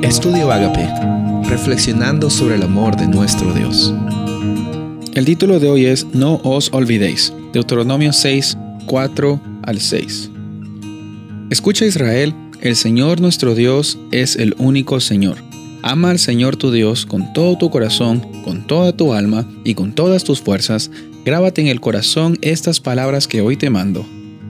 Estudio Ágape, reflexionando sobre el amor de nuestro Dios. El título de hoy es No os olvidéis, Deuteronomio 6, 4 al 6. Escucha Israel, el Señor nuestro Dios es el único Señor. Ama al Señor tu Dios con todo tu corazón, con toda tu alma y con todas tus fuerzas. Grábate en el corazón estas palabras que hoy te mando.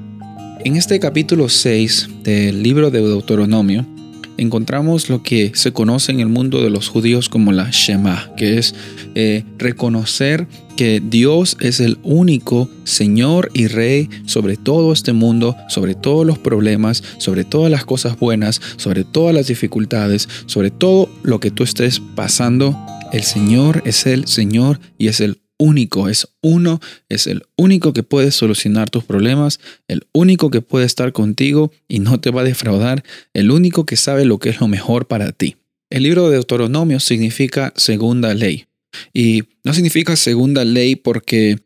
En este capítulo 6 del libro de Deuteronomio, encontramos lo que se conoce en el mundo de los judíos como la Shema, que es reconocer que Dios es el único Señor y Rey sobre todo este mundo, sobre todos los problemas, sobre todas las cosas buenas, sobre todas las dificultades, sobre todo lo que tú estés pasando. El Señor es el Señor y es el único, es uno, es el único que puede solucionar tus problemas, el único que puede estar contigo y no te va a defraudar, el único que sabe lo que es lo mejor para ti. El libro de Deuteronomio significa segunda ley, y no significa segunda ley porque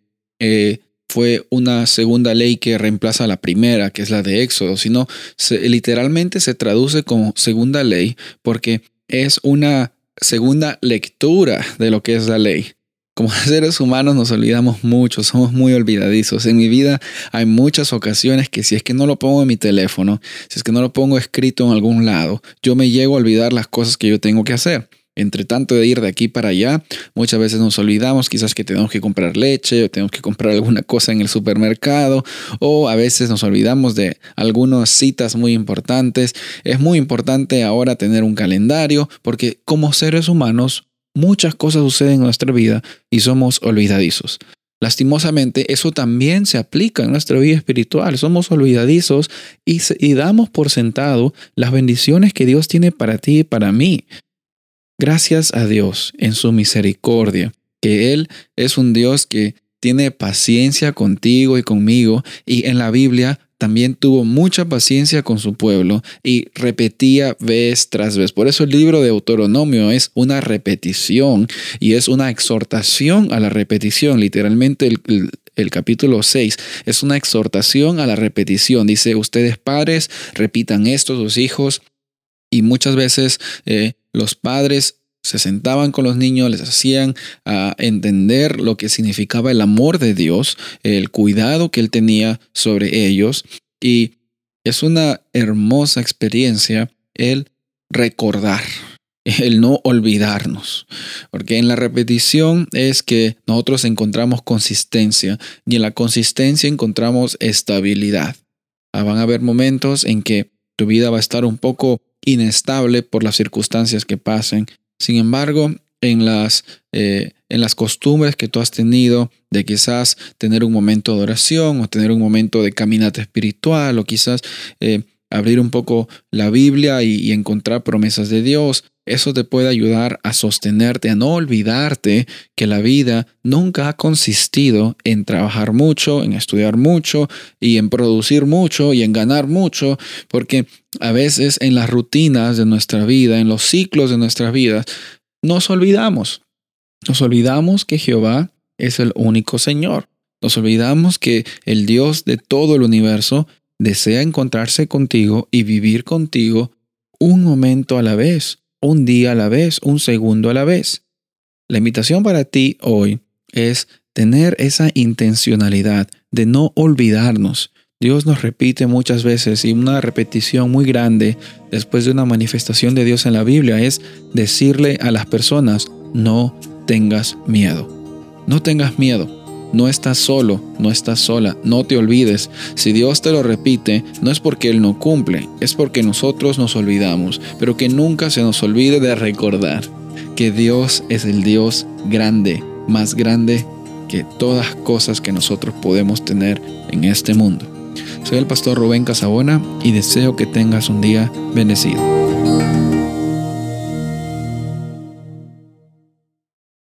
fue una segunda ley que reemplaza a la primera, que es la de Éxodo, sino literalmente se traduce como segunda ley porque es una segunda lectura de lo que es la ley. Como seres humanos nos olvidamos mucho, somos muy olvidadizos. En mi vida hay muchas ocasiones que si es que no lo pongo en mi teléfono, si es que no lo pongo escrito en algún lado, yo me llego a olvidar las cosas que yo tengo que hacer. Entre tanto de ir de aquí para allá, muchas veces nos olvidamos quizás que tenemos que comprar leche o tenemos que comprar alguna cosa en el supermercado, o a veces nos olvidamos de algunas citas muy importantes. Es muy importante ahora tener un calendario porque como seres humanos muchas cosas suceden en nuestra vida y somos olvidadizos. Lastimosamente, eso también se aplica en nuestra vida espiritual. Somos olvidadizos y damos por sentado las bendiciones que Dios tiene para ti y para mí. Gracias a Dios en su misericordia, que Él es un Dios que tiene paciencia contigo y conmigo, y en la Biblia también tuvo mucha paciencia con su pueblo y repetía vez tras vez. Por eso el libro de Deuteronomio es una repetición y es una exhortación a la repetición. Literalmente el capítulo 6 es una exhortación a la repetición. Dice, ustedes padres, repitan esto a sus hijos. Y muchas veces los padres se sentaban con los niños, les hacían entender lo que significaba el amor de Dios, el cuidado que Él tenía sobre ellos. Y es una hermosa experiencia el recordar, el no olvidarnos. Porque en la repetición es que nosotros encontramos consistencia y en la consistencia encontramos estabilidad. Van a haber momentos en que tu vida va a estar un poco inestable por las circunstancias que pasen. Sin embargo, en las costumbres que tú has tenido de quizás tener un momento de oración o tener un momento de caminata espiritual o quizás abrir un poco la Biblia y encontrar promesas de Dios, eso te puede ayudar a sostenerte, a no olvidarte que la vida nunca ha consistido en trabajar mucho, en estudiar mucho y en producir mucho y en ganar mucho, porque a veces en las rutinas de nuestra vida, en los ciclos de nuestras vidas, nos olvidamos. Nos olvidamos que Jehová es el único Señor. Nos olvidamos que el Dios de todo el universo desea encontrarse contigo y vivir contigo un momento a la vez, un día a la vez, un segundo a la vez. La invitación para ti hoy es tener esa intencionalidad de no olvidarnos. Dios nos repite muchas veces y una repetición muy grande después de una manifestación de Dios en la Biblia es decirle a las personas, no tengas miedo. No tengas miedo. No estás solo, no estás sola, no te olvides. Si Dios te lo repite, no es porque Él no cumple, es porque nosotros nos olvidamos, pero que nunca se nos olvide de recordar que Dios es el Dios grande, más grande que todas cosas que nosotros podemos tener en este mundo. Soy el pastor Rubén Casabona y deseo que tengas un día bendecido.